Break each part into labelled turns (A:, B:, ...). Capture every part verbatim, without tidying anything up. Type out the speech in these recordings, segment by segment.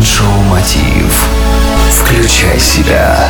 A: Майншоу Мотив. Включай себя.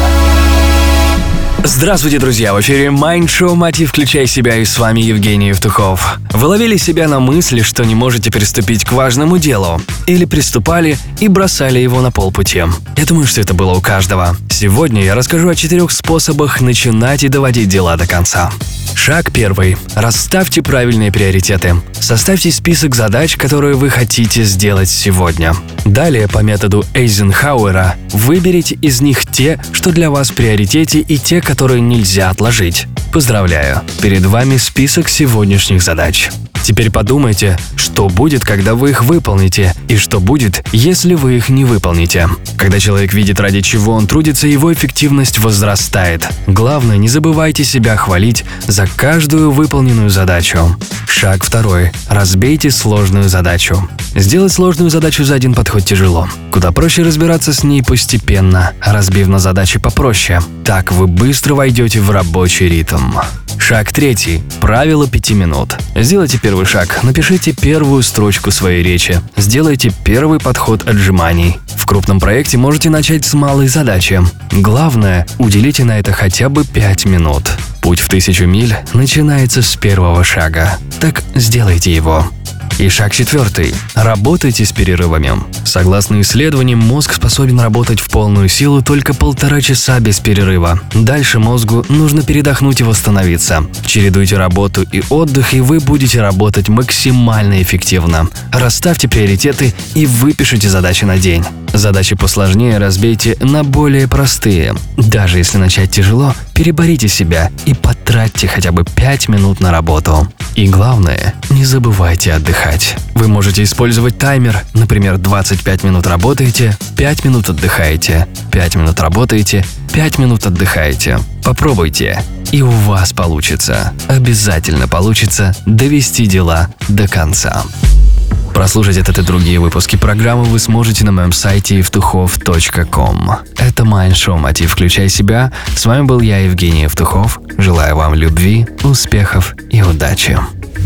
B: Здравствуйте, друзья! В эфире Майншоу Мотив «Включай себя» и с вами Евгений Евтухов. Вы ловили себя на мысли, что не можете приступить к важному делу? Или приступали и бросали его на полпути? Я думаю, что это было у каждого. Сегодня я расскажу о четырех способах начинать и доводить дела до конца. Шаг первый. Расставьте правильные приоритеты. Составьте список задач, которые вы хотите сделать сегодня. Далее, по методу Эйзенхауэра, выберите из них те, что для вас в приоритете, и те, которые нельзя отложить. Поздравляю! Перед вами список сегодняшних задач. Теперь подумайте, что будет, когда вы их выполните, и что будет, если вы их не выполните. Когда человек видит, ради чего он трудится, его эффективность возрастает. Главное, не забывайте себя хвалить за каждую выполненную задачу. Шаг второй. Разбейте сложную задачу. Сделать сложную задачу за один подход тяжело. Куда проще разбираться с ней постепенно, разбив на задачи попроще. Так вы быстро войдете в рабочий ритм. Шаг третий. Правило пяти минут. Сделайте первый шаг. Напишите первую строчку своей речи. Сделайте первый подход отжиманий. В крупном проекте можете начать с малой задачи. Главное, уделите на это хотя бы пять минут. Путь в тысячу миль начинается с первого шага. Так сделайте его. И шаг четвертый. Работайте с перерывами. Согласно исследованиям, мозг способен работать в полную силу только полтора часа без перерыва. Дальше мозгу нужно передохнуть и восстановиться. Чередуйте работу и отдых, и вы будете работать максимально эффективно. Расставьте приоритеты и выпишите задачи на день. Задачи посложнее разбейте на более простые. Даже если начать тяжело, переборите себя и потратьте хотя бы пять минут на работу. И главное, не забывайте отдыхать. Вы можете использовать таймер, например, двадцать пять минут работаете, пять минут отдыхаете, пять минут работаете, пять минут отдыхаете. Попробуйте, и у вас получится, обязательно получится довести дела до конца. Прослушать этот и другие выпуски программы вы сможете на моем сайте евтухов точка ком. Это Майншоу Мотив «Включай себя». С вами был я, Евгений Евтухов. Желаю вам любви, успехов и удачи.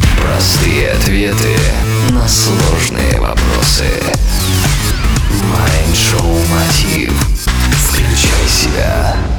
A: Простые ответы на сложные вопросы. Майншоу Мотив. Включай себя.